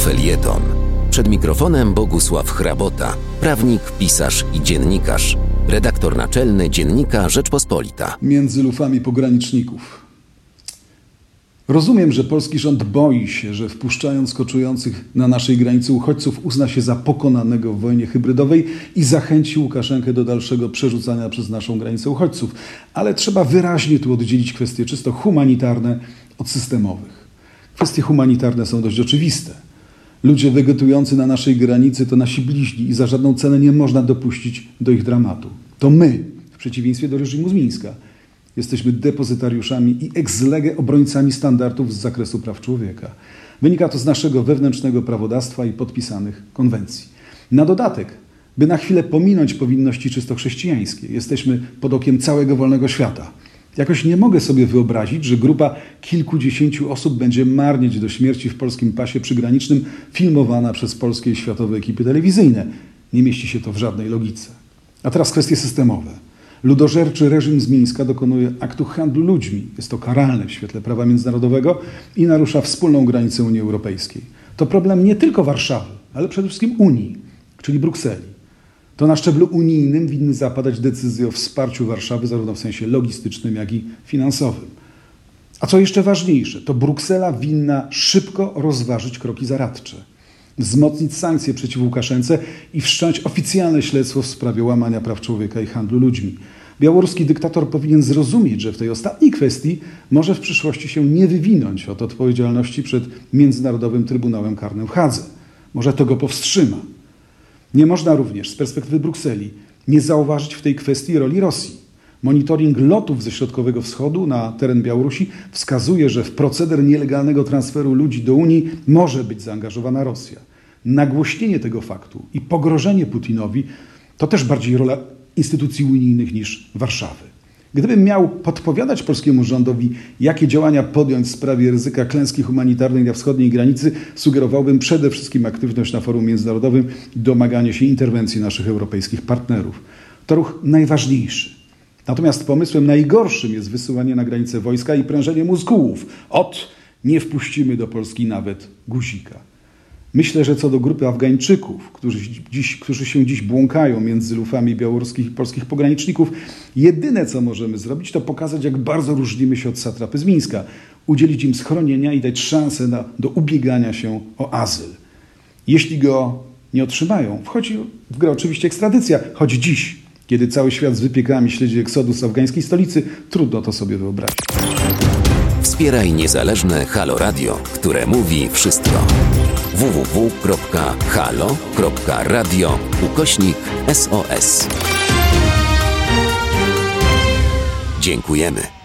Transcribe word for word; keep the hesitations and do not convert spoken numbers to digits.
Felieton. Przed mikrofonem Bogusław Hrabota, prawnik, pisarz i dziennikarz. Redaktor naczelny Dziennika Rzeczpospolita. Między lufami pograniczników. Rozumiem, że polski rząd boi się, że wpuszczając koczujących na naszej granicy uchodźców uzna się za pokonanego w wojnie hybrydowej i zachęci Łukaszenkę do dalszego przerzucania przez naszą granicę uchodźców. Ale trzeba wyraźnie tu oddzielić kwestie czysto humanitarne od systemowych. Kwestie humanitarne są dość oczywiste. Ludzie wegetujący na naszej granicy to nasi bliźni i za żadną cenę nie można dopuścić do ich dramatu. To my, w przeciwieństwie do reżimu z Mińska, jesteśmy depozytariuszami i ex lege obrońcami standardów z zakresu praw człowieka. Wynika to z naszego wewnętrznego prawodawstwa i podpisanych konwencji. Na dodatek, by na chwilę pominąć powinności czysto chrześcijańskie, jesteśmy pod okiem całego wolnego świata. Jakoś nie mogę sobie wyobrazić, że grupa kilkudziesięciu osób będzie marnieć do śmierci w polskim pasie przygranicznym filmowana przez polskie i światowe ekipy telewizyjne. Nie mieści się to w żadnej logice. A teraz kwestie systemowe. Ludożerczy reżim z Mińska dokonuje aktu handlu ludźmi. Jest to karalne w świetle prawa międzynarodowego i narusza wspólną granicę Unii Europejskiej. To problem nie tylko Warszawy, ale przede wszystkim Unii, czyli Brukseli. To na szczeblu unijnym winny zapadać decyzje o wsparciu Warszawy zarówno w sensie logistycznym, jak i finansowym. A co jeszcze ważniejsze, to Bruksela winna szybko rozważyć kroki zaradcze, wzmocnić sankcje przeciw Łukaszence i wszcząć oficjalne śledztwo w sprawie łamania praw człowieka i handlu ludźmi. Białoruski dyktator powinien zrozumieć, że w tej ostatniej kwestii może w przyszłości się nie wywinąć od odpowiedzialności przed Międzynarodowym Trybunałem Karnym w Hadze. Może to go powstrzyma. Nie można również z perspektywy Brukseli nie zauważyć w tej kwestii roli Rosji. Monitoring lotów ze Środkowego Wschodu na teren Białorusi wskazuje, że w proceder nielegalnego transferu ludzi do Unii może być zaangażowana Rosja. Nagłośnienie tego faktu i pogrożenie Putinowi to też bardziej rola instytucji unijnych niż Warszawy. Gdybym miał podpowiadać polskiemu rządowi, jakie działania podjąć w sprawie ryzyka klęski humanitarnej na wschodniej granicy, sugerowałbym przede wszystkim aktywność na forum międzynarodowym i domaganie się interwencji naszych europejskich partnerów. To ruch najważniejszy. Natomiast pomysłem najgorszym jest wysyłanie na granicę wojska i prężenie mózgów. Ot, nie wpuścimy do Polski nawet guzika. Myślę, że co do grupy Afgańczyków, którzy, dziś, którzy się dziś błąkają między lufami białoruskich i polskich pograniczników, jedyne co możemy zrobić, to pokazać, jak bardzo różnimy się od satrapy z Mińska, udzielić im schronienia i dać szansę na, do ubiegania się o azyl. Jeśli go nie otrzymają, wchodzi w grę oczywiście ekstradycja, choć dziś, kiedy cały świat z wypiekami śledzi eksodus afgańskiej stolicy, trudno to sobie wyobrazić. Wspieraj niezależne Halo Radio, które mówi wszystko. w w w kropka halo kropka radio ukośnik S O S. Dziękujemy.